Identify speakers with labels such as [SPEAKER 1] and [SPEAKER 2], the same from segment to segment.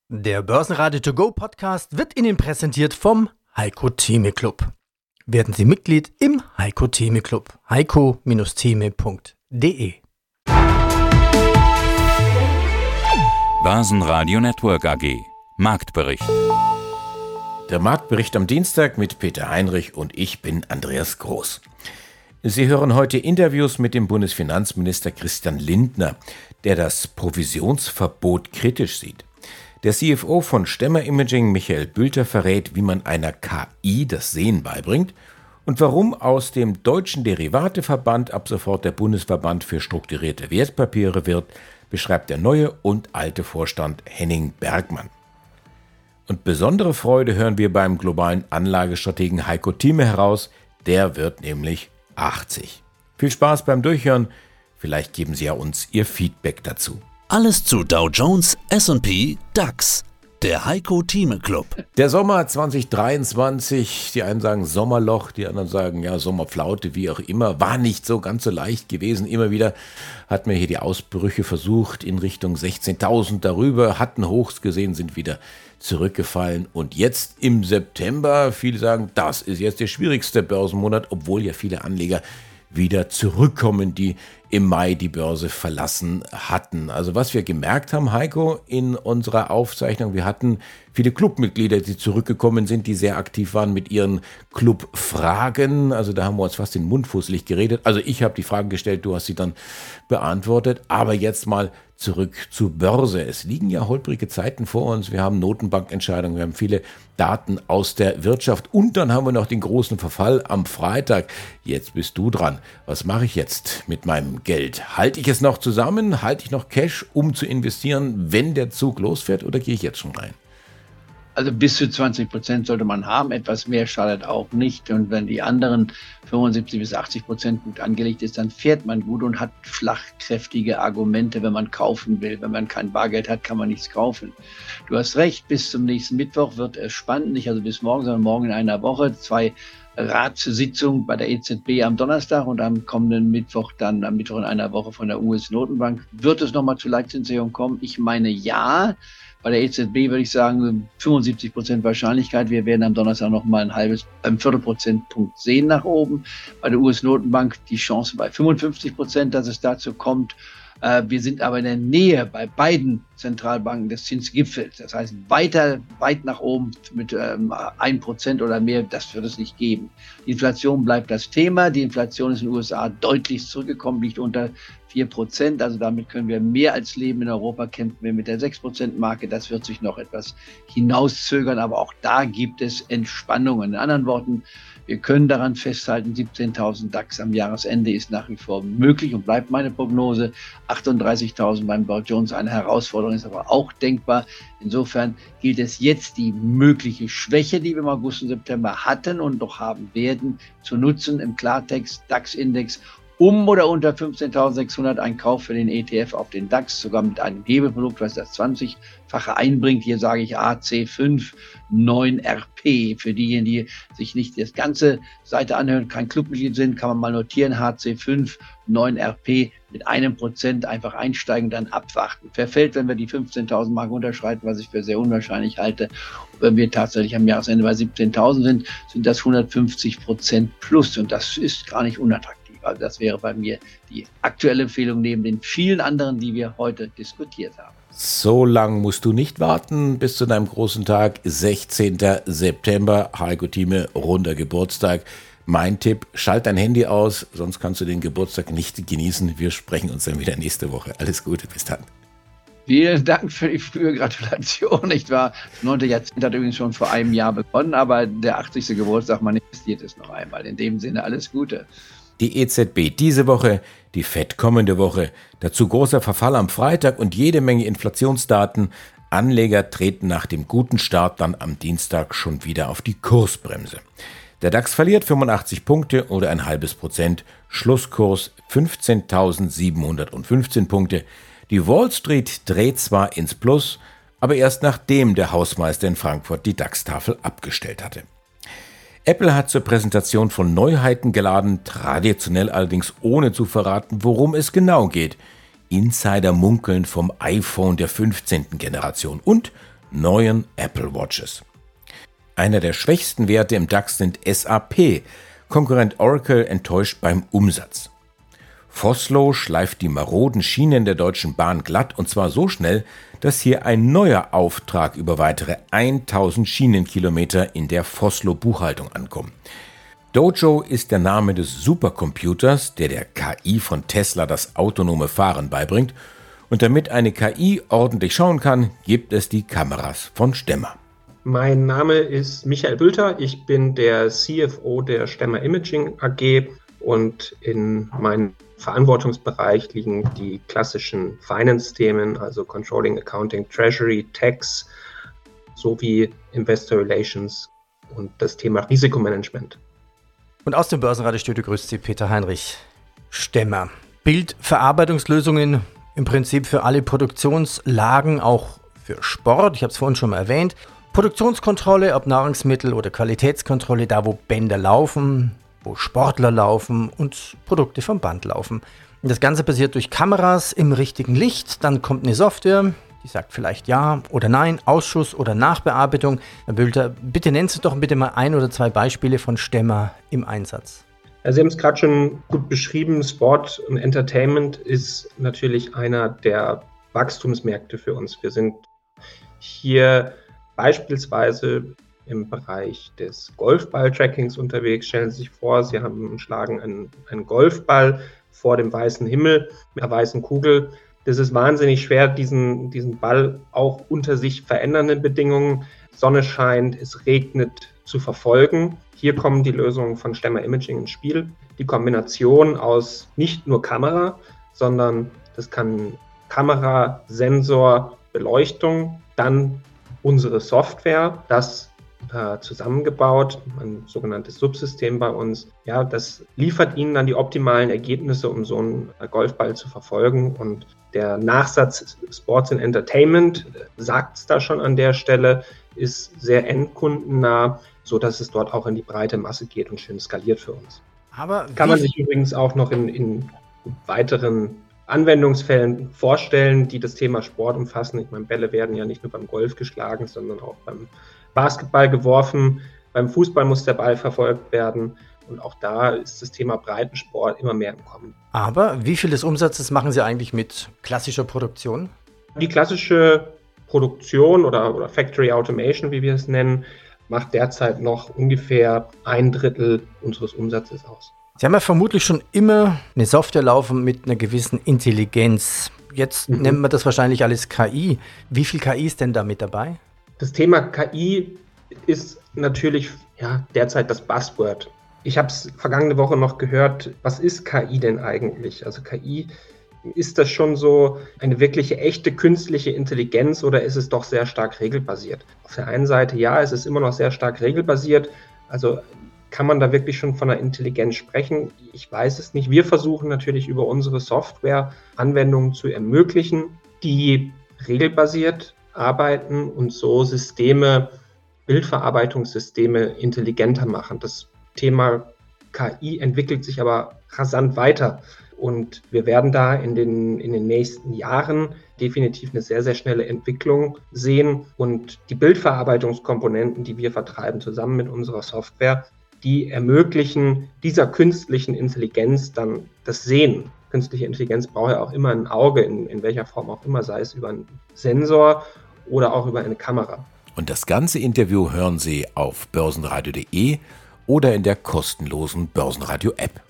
[SPEAKER 1] Der Börsenradio To Go Podcast wird Ihnen präsentiert vom Heiko Theme Club. Werden Sie Mitglied im Heiko Theme Club. heiko-theme.de.
[SPEAKER 2] Börsenradio Network AG. Marktbericht.
[SPEAKER 3] Der Marktbericht am Dienstag mit Peter Heinrich und ich bin Andreas Groß. Sie hören heute Interviews mit dem Bundesfinanzminister Christian Lindner, der das Provisionsverbot kritisch sieht. Der CFO von Stemmer Imaging, Michael Bülter, verrät, wie man einer KI das Sehen beibringt und warum aus dem Deutschen Derivateverband ab sofort der Bundesverband für strukturierte Wertpapiere wird, beschreibt der neue und alte Vorstand Henning Bergmann. Und besondere Freude hören wir beim globalen Anlagestrategen Heiko Thieme heraus, der wird nämlich 80. Viel Spaß beim Durchhören, vielleicht geben Sie ja uns Ihr Feedback dazu.
[SPEAKER 2] Alles zu Dow Jones, S&P, DAX. Der Heiko Thieme Club.
[SPEAKER 3] Der Sommer 2023, die einen sagen Sommerloch, die anderen sagen ja Sommerflaute, wie auch immer, war nicht so ganz so leicht gewesen. Immer wieder hatten wir hier die Ausbrüche versucht in Richtung 16.000 darüber, hatten Hochs gesehen, sind wieder zurückgefallen. Und jetzt im September, viele sagen, das ist jetzt der schwierigste Börsenmonat, obwohl ja viele Anleger wieder zurückkommen, die im Mai die Börse verlassen hatten. Also was wir gemerkt haben, Heiko, in unserer Aufzeichnung, wir hatten viele Clubmitglieder, die zurückgekommen sind, die sehr aktiv waren mit ihren Clubfragen. Also da haben wir uns fast den Mund fusselig geredet. Also ich habe die Fragen gestellt, du hast sie dann beantwortet. Aber jetzt mal zurück zur Börse. Es liegen ja holprige Zeiten vor uns. Wir haben Notenbankentscheidungen, wir haben viele Daten aus der Wirtschaft und dann haben wir noch den großen Verfall am Freitag. Jetzt bist du dran. Was mache ich jetzt mit meinem Geld? Halte ich es noch zusammen? Halte ich noch Cash, um zu investieren, wenn der Zug losfährt, oder gehe ich jetzt schon rein?
[SPEAKER 4] Also bis zu 20% sollte man haben, etwas mehr schadet auch nicht. Und wenn die anderen 75-80% gut angelegt ist, dann fährt man gut und hat schlagkräftige Argumente, wenn man kaufen will. Wenn man kein Bargeld hat, kann man nichts kaufen. Du hast recht, bis zum nächsten Mittwoch wird es spannend. Nicht also bis morgen, sondern morgen in einer Woche. 2 Ratssitzungen bei der EZB am Donnerstag und am kommenden Mittwoch, dann am Mittwoch in einer Woche von der US-Notenbank. Wird es nochmal zu Leitzinserhöhungen kommen? Ich meine, ja. Bei der EZB würde ich sagen 75% Wahrscheinlichkeit. Wir werden am Donnerstag noch mal ein Viertelprozentpunkt sehen nach oben. Bei der US-Notenbank die Chance bei 55%, dass es dazu kommt. Wir sind aber in der Nähe bei beiden Zentralbanken des Zinsgipfels. Das heißt, weit nach oben mit 1% oder mehr, das wird es nicht geben. Die Inflation bleibt das Thema. Die Inflation ist in den USA deutlich zurückgekommen, liegt unter 4%. Also damit können wir mehr als leben. In Europa kämpfen wir mit der 6%-Marke. Das wird sich noch etwas hinauszögern, aber auch da gibt es Entspannungen. In anderen Worten, wir können daran festhalten, 17.000 DAX am Jahresende ist nach wie vor möglich und bleibt meine Prognose. 38.000 beim Dow Jones eine Herausforderung, ist aber auch denkbar. Insofern gilt es jetzt, die mögliche Schwäche, die wir im August und September hatten und noch haben werden, zu nutzen. Im Klartext DAX-Index um oder unter 15.600 ein Kauf für den ETF auf den DAX, sogar mit einem Hebelprodukt, was das 20-fache einbringt. Hier sage ich AC5 9RP. Für diejenigen, die sich nicht das ganze Seite anhören, kein Clubmitglied sind, kann man mal notieren, HC5 9RP mit 1% einfach einsteigen, dann abwarten. Verfällt, wenn wir die 15.000 Mark unterschreiten, was ich für sehr unwahrscheinlich halte. Wenn wir tatsächlich am Jahresende bei 17.000 sind das 150% plus und das ist gar nicht unattraktiv. Also das wäre bei mir die aktuelle Empfehlung neben den vielen anderen, die wir heute diskutiert haben.
[SPEAKER 3] So lang musst du nicht warten bis zu deinem großen Tag, 16. September, Heiko Thieme, runder Geburtstag. Mein Tipp, schalt dein Handy aus, sonst kannst du den Geburtstag nicht genießen. Wir sprechen uns dann wieder nächste Woche. Alles Gute, bis dann.
[SPEAKER 4] Vielen Dank für die frühe Gratulation. Nicht wahr? Das 9. Jahrzehnt hat übrigens schon vor einem Jahr begonnen, aber der 80. Geburtstag manifestiert es noch einmal. In dem Sinne alles Gute.
[SPEAKER 3] Die EZB diese Woche, die FED kommende Woche, dazu großer Verfall am Freitag und jede Menge Inflationsdaten. Anleger treten nach dem guten Start dann am Dienstag schon wieder auf die Kursbremse. Der DAX verliert 85 Punkte oder 0,5%, Schlusskurs 15.715 Punkte. Die Wall Street dreht zwar ins Plus, aber erst nachdem der Hausmeister in Frankfurt die DAX-Tafel abgestellt hatte. Apple hat zur Präsentation von Neuheiten geladen, traditionell allerdings ohne zu verraten, worum es genau geht. Insider munkeln vom iPhone der 15. Generation und neuen Apple Watches. Einer der schwächsten Werte im DAX sind SAP. Konkurrent Oracle enttäuscht beim Umsatz. Vossloh schleift die maroden Schienen der Deutschen Bahn glatt, und zwar so schnell, dass hier ein neuer Auftrag über weitere 1000 Schienenkilometer in der Vossloh-Buchhaltung ankommt. Dojo ist der Name des Supercomputers, der KI von Tesla das autonome Fahren beibringt. Und damit eine KI ordentlich schauen kann, gibt es die Kameras von Stemmer.
[SPEAKER 5] Mein Name ist Michael Bülter, ich bin der CFO der Stemmer Imaging AG und in meinem Verantwortungsbereich liegen die klassischen Finance-Themen, also Controlling, Accounting, Treasury, Tax sowie Investor Relations und das Thema Risikomanagement.
[SPEAKER 1] Und aus dem Börsenradiostudio grüßt Sie Peter Heinrich. Stemmer. Bildverarbeitungslösungen im Prinzip für alle Produktionslagen, auch für Sport. Ich habe es vorhin schon mal erwähnt. Produktionskontrolle, ob Nahrungsmittel oder Qualitätskontrolle, da wo Bänder laufen, wo Sportler laufen und Produkte vom Band laufen. Und das Ganze passiert durch Kameras im richtigen Licht. Dann kommt eine Software, die sagt vielleicht ja oder nein, Ausschuss oder Nachbearbeitung. Herr Bülter, bitte nennen Sie doch bitte mal 1 oder 2 Beispiele von Stemmer im Einsatz.
[SPEAKER 5] Sie haben es gerade schon gut beschrieben, Sport und Entertainment ist natürlich einer der Wachstumsmärkte für uns. Wir sind hier beispielsweise im Bereich des Golfball-Trackings unterwegs. Stellen Sie sich vor, Sie schlagen einen Golfball vor dem weißen Himmel mit einer weißen Kugel. Das ist wahnsinnig schwer, diesen Ball auch unter sich verändernden Bedingungen, Sonne scheint, es regnet, zu verfolgen. Hier kommen die Lösungen von Stemmer Imaging ins Spiel. Die Kombination aus nicht nur Kamera, sondern das kann Kamera, Sensor, Beleuchtung, dann unsere Software, das zusammengebaut, ein sogenanntes Subsystem bei uns. Ja, das liefert Ihnen dann die optimalen Ergebnisse, um so einen Golfball zu verfolgen. Und der Nachsatz Sports and Entertainment, sagt es da schon an der Stelle, ist sehr endkundennah, sodass es dort auch in die breite Masse geht und schön skaliert für uns.
[SPEAKER 1] Aber
[SPEAKER 5] kann man sich übrigens auch noch in weiteren Anwendungsfällen vorstellen, die das Thema Sport umfassen. Ich meine, Bälle werden ja nicht nur beim Golf geschlagen, sondern auch beim Basketball geworfen. Beim Fußball muss der Ball verfolgt werden. Und auch da ist das Thema Breitensport immer mehr im Kommen.
[SPEAKER 1] Aber wie viel des Umsatzes machen Sie eigentlich mit klassischer Produktion?
[SPEAKER 5] Die klassische Produktion oder Factory Automation, wie wir es nennen, macht derzeit noch ungefähr 1/3 unseres Umsatzes aus.
[SPEAKER 1] Sie haben ja vermutlich schon immer eine Software laufen mit einer gewissen Intelligenz. Jetzt nennt man das wahrscheinlich alles KI. Wie viel KI ist denn da mit dabei?
[SPEAKER 5] Das Thema KI ist natürlich derzeit das Buzzword. Ich habe es vergangene Woche noch gehört, was ist KI denn eigentlich? Also KI, ist das schon so eine wirkliche echte künstliche Intelligenz oder ist es doch sehr stark regelbasiert? Auf der einen Seite ja, es ist immer noch sehr stark regelbasiert. Also kann man da wirklich schon von einer Intelligenz sprechen? Ich weiß es nicht. Wir versuchen natürlich über unsere Software Anwendungen zu ermöglichen, die regelbasiert arbeiten und so Bildverarbeitungssysteme intelligenter machen. Das Thema KI entwickelt sich aber rasant weiter und wir werden da in den nächsten Jahren definitiv eine sehr, sehr schnelle Entwicklung sehen und die Bildverarbeitungskomponenten, die wir vertreiben, zusammen mit unserer Software, die ermöglichen dieser künstlichen Intelligenz dann das Sehen. Künstliche Intelligenz braucht ja auch immer ein Auge, in welcher Form auch immer, sei es über einen Sensor oder auch über eine Kamera.
[SPEAKER 3] Und das ganze Interview hören Sie auf börsenradio.de oder in der kostenlosen Börsenradio-App.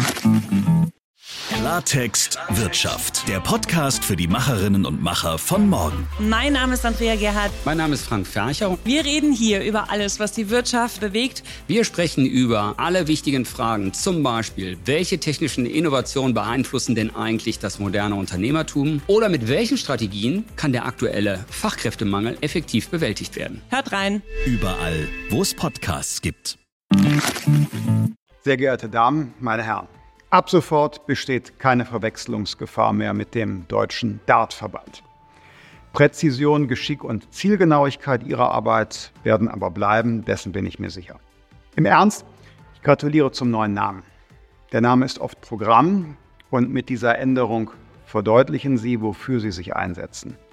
[SPEAKER 2] Klartext Wirtschaft, der Podcast für die Macherinnen und Macher von morgen.
[SPEAKER 6] Mein Name ist Andrea Gerhardt.
[SPEAKER 7] Mein Name ist Frank Fercher.
[SPEAKER 6] Wir reden hier über alles, was die Wirtschaft bewegt.
[SPEAKER 7] Wir sprechen über alle wichtigen Fragen, zum Beispiel, welche technischen Innovationen beeinflussen denn eigentlich das moderne Unternehmertum? Oder mit welchen Strategien kann der aktuelle Fachkräftemangel effektiv bewältigt werden?
[SPEAKER 6] Hört rein.
[SPEAKER 2] Überall, wo es Podcasts gibt.
[SPEAKER 8] Sehr geehrte Damen, meine Herren. Ab sofort besteht keine Verwechslungsgefahr mehr mit dem Deutschen Dartverband. Präzision, Geschick und Zielgenauigkeit Ihrer Arbeit werden aber bleiben, dessen bin ich mir sicher. Im Ernst, ich gratuliere zum neuen Namen. Der Name ist oft Programm und mit dieser Änderung verdeutlichen Sie, wofür Sie sich einsetzen.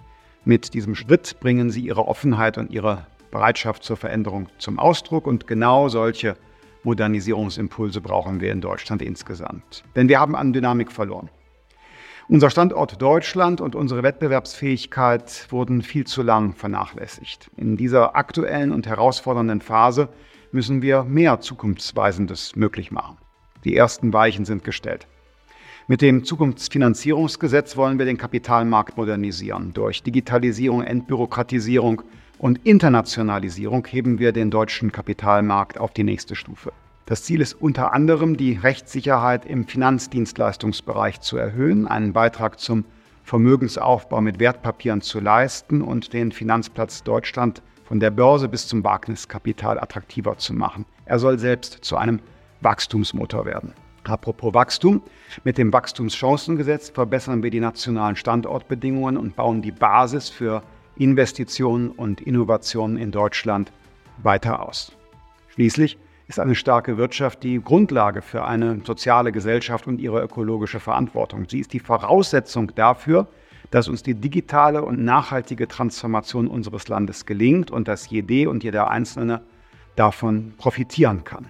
[SPEAKER 8] Mit diesem Schritt bringen sie ihre Offenheit und ihre Bereitschaft zur Veränderung zum Ausdruck und genau solche Modernisierungsimpulse brauchen wir in Deutschland insgesamt. Denn wir haben an Dynamik verloren. Unser Standort Deutschland und unsere Wettbewerbsfähigkeit wurden viel zu lang vernachlässigt. In dieser aktuellen und herausfordernden Phase müssen wir mehr Zukunftsweisendes möglich machen. Die ersten Weichen sind gestellt. Mit dem Zukunftsfinanzierungsgesetz wollen wir den Kapitalmarkt modernisieren. Durch Digitalisierung, Entbürokratisierung und Internationalisierung heben wir den deutschen Kapitalmarkt auf die nächste Stufe. Das Ziel ist unter anderem, die Rechtssicherheit im Finanzdienstleistungsbereich zu erhöhen, einen Beitrag zum Vermögensaufbau mit Wertpapieren zu leisten und den Finanzplatz Deutschland von der Börse bis zum Wagniskapital attraktiver zu machen. Er soll selbst zu einem Wachstumsmotor werden. Apropos Wachstum, mit dem Wachstumschancengesetz verbessern wir die nationalen Standortbedingungen und bauen die Basis für Investitionen und Innovationen in Deutschland weiter aus. Schließlich ist eine starke Wirtschaft die Grundlage für eine soziale Gesellschaft und ihre ökologische Verantwortung. Sie ist die Voraussetzung dafür, dass uns die digitale und nachhaltige Transformation unseres Landes gelingt und dass jede und jeder Einzelne davon profitieren kann.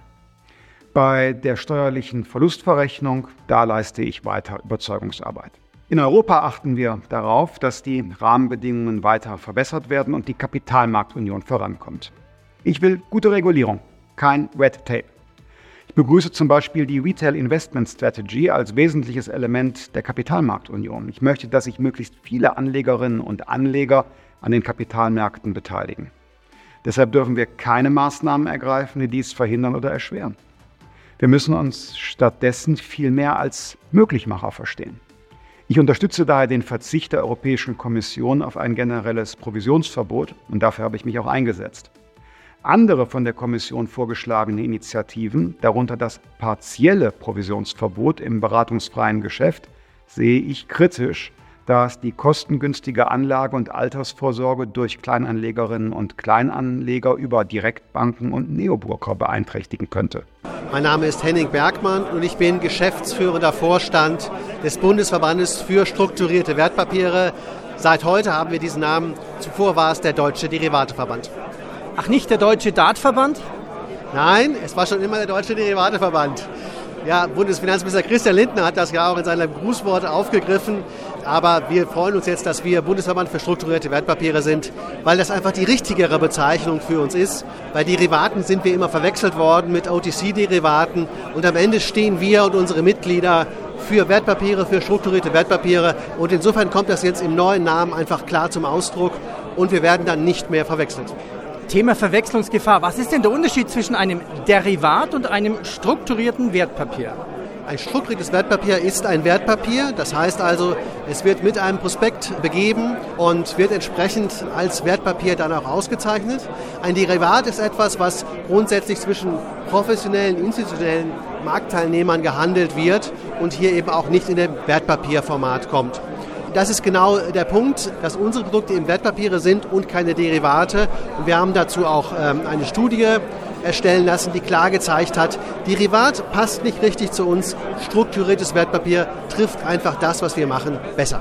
[SPEAKER 8] Bei der steuerlichen Verlustverrechnung, da leiste ich weiter Überzeugungsarbeit. In Europa achten wir darauf, dass die Rahmenbedingungen weiter verbessert werden und die Kapitalmarktunion vorankommt. Ich will gute Regulierung, kein Red Tape. Ich begrüße zum Beispiel die Retail Investment Strategy als wesentliches Element der Kapitalmarktunion. Ich möchte, dass sich möglichst viele Anlegerinnen und Anleger an den Kapitalmärkten beteiligen. Deshalb dürfen wir keine Maßnahmen ergreifen, die dies verhindern oder erschweren. Wir müssen uns stattdessen viel mehr als Möglichmacher verstehen. Ich unterstütze daher den Verzicht der Europäischen Kommission auf ein generelles Provisionsverbot und dafür habe ich mich auch eingesetzt. Andere von der Kommission vorgeschlagene Initiativen, darunter das partielle Provisionsverbot im beratungsfreien Geschäft, sehe ich kritisch, da es die kostengünstige Anlage- und Altersvorsorge durch Kleinanlegerinnen und Kleinanleger über Direktbanken und Neobroker beeinträchtigen könnte.
[SPEAKER 9] Mein Name ist Henning Bergmann und ich bin geschäftsführender Vorstand des Bundesverbandes für strukturierte Wertpapiere. Seit heute haben wir diesen Namen, zuvor war es der Deutsche Derivateverband.
[SPEAKER 1] Ach, nicht der Deutsche Dartverband?
[SPEAKER 9] Nein, es war schon immer der Deutsche Derivateverband. Ja, Bundesfinanzminister Christian Lindner hat das ja auch in seinem Grußwort aufgegriffen. Aber wir freuen uns jetzt, dass wir Bundesverband für strukturierte Wertpapiere sind, weil das einfach die richtigere Bezeichnung für uns ist. Bei Derivaten sind wir immer verwechselt worden mit OTC-Derivaten und am Ende stehen wir und unsere Mitglieder für Wertpapiere, für strukturierte Wertpapiere und insofern kommt das jetzt im neuen Namen einfach klar zum Ausdruck und wir werden dann nicht mehr verwechselt.
[SPEAKER 1] Thema Verwechslungsgefahr. Was ist denn der Unterschied zwischen einem Derivat und einem strukturierten Wertpapier?
[SPEAKER 9] Ein strukturiertes Wertpapier ist ein Wertpapier, das heißt also, es wird mit einem Prospekt begeben und wird entsprechend als Wertpapier dann auch ausgezeichnet. Ein Derivat ist etwas, was grundsätzlich zwischen professionellen, institutionellen Marktteilnehmern gehandelt wird und hier eben auch nicht in dem Wertpapierformat kommt. Das ist genau der Punkt, dass unsere Produkte eben Wertpapiere sind und keine Derivate. Und wir haben dazu auch eine Studie erstellen lassen, die klar gezeigt hat, Derivat passt nicht richtig zu uns, strukturiertes Wertpapier trifft einfach das, was wir machen, besser.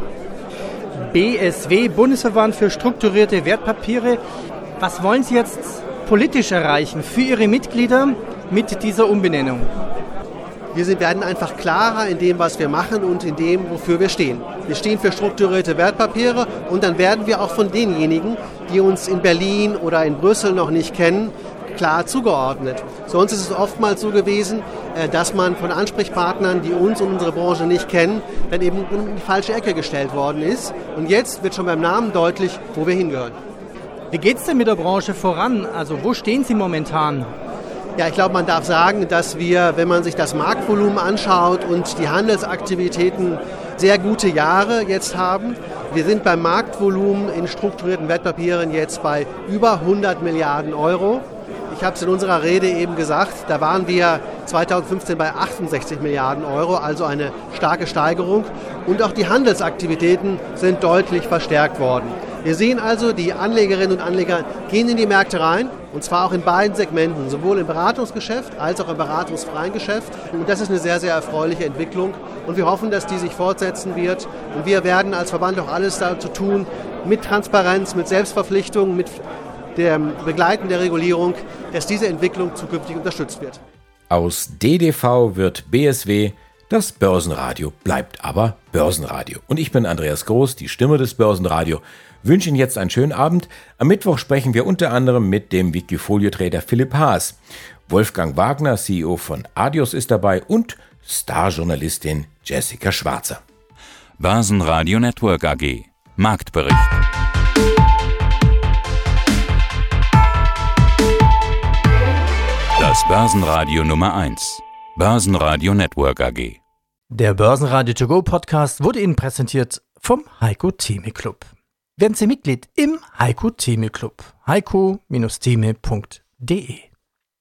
[SPEAKER 1] BSW, Bundesverband für strukturierte Wertpapiere. Was wollen Sie jetzt politisch erreichen für Ihre Mitglieder mit dieser Umbenennung?
[SPEAKER 9] Wir werden einfach klarer in dem, was wir machen und in dem, wofür wir stehen. Wir stehen für strukturierte Wertpapiere und dann werden wir auch von denjenigen, die uns in Berlin oder in Brüssel noch nicht kennen, klar zugeordnet. Sonst ist es oftmals so gewesen, dass man von Ansprechpartnern, die uns und unsere Branche nicht kennen, dann eben in die falsche Ecke gestellt worden ist. Und jetzt wird schon beim Namen deutlich, wo wir hingehören.
[SPEAKER 1] Wie geht es denn mit der Branche voran? Also wo stehen Sie momentan?
[SPEAKER 9] Ja, ich glaube, man darf sagen, dass wir, wenn man sich das Marktvolumen anschaut und die Handelsaktivitäten, sehr gute Jahre jetzt haben. Wir sind beim Marktvolumen in strukturierten Wertpapieren jetzt bei über 100 Milliarden Euro. Ich habe es in unserer Rede eben gesagt, da waren wir 2015 bei 68 Milliarden Euro, also eine starke Steigerung. Und auch die Handelsaktivitäten sind deutlich verstärkt worden. Wir sehen also, die Anlegerinnen und Anleger gehen in die Märkte rein, und zwar auch in beiden Segmenten, sowohl im Beratungsgeschäft als auch im beratungsfreien Geschäft. Und das ist eine sehr, sehr erfreuliche Entwicklung. Und wir hoffen, dass die sich fortsetzen wird. Und wir werden als Verband auch alles dazu tun, mit Transparenz, mit Selbstverpflichtung, mit dem Begleiten der Regulierung, dass diese Entwicklung zukünftig unterstützt wird.
[SPEAKER 3] Aus DDV wird BSW, das Börsenradio bleibt aber Börsenradio. Und ich bin Andreas Groß, die Stimme des Börsenradio. Wünsche Ihnen jetzt einen schönen Abend. Am Mittwoch sprechen wir unter anderem mit dem Wikifolio-Trader Philipp Haas. Wolfgang Wagner, CEO von Adios, ist dabei und Starjournalistin Jessica Schwarzer.
[SPEAKER 2] Börsenradio Network AG. Marktbericht. Das Börsenradio Nummer 1. Börsenradio Network AG.
[SPEAKER 1] Der Börsenradio To Go Podcast wurde Ihnen präsentiert vom Heiko Theme Club. Werden Sie Mitglied im Heiko Theme Club. heiko-theme.de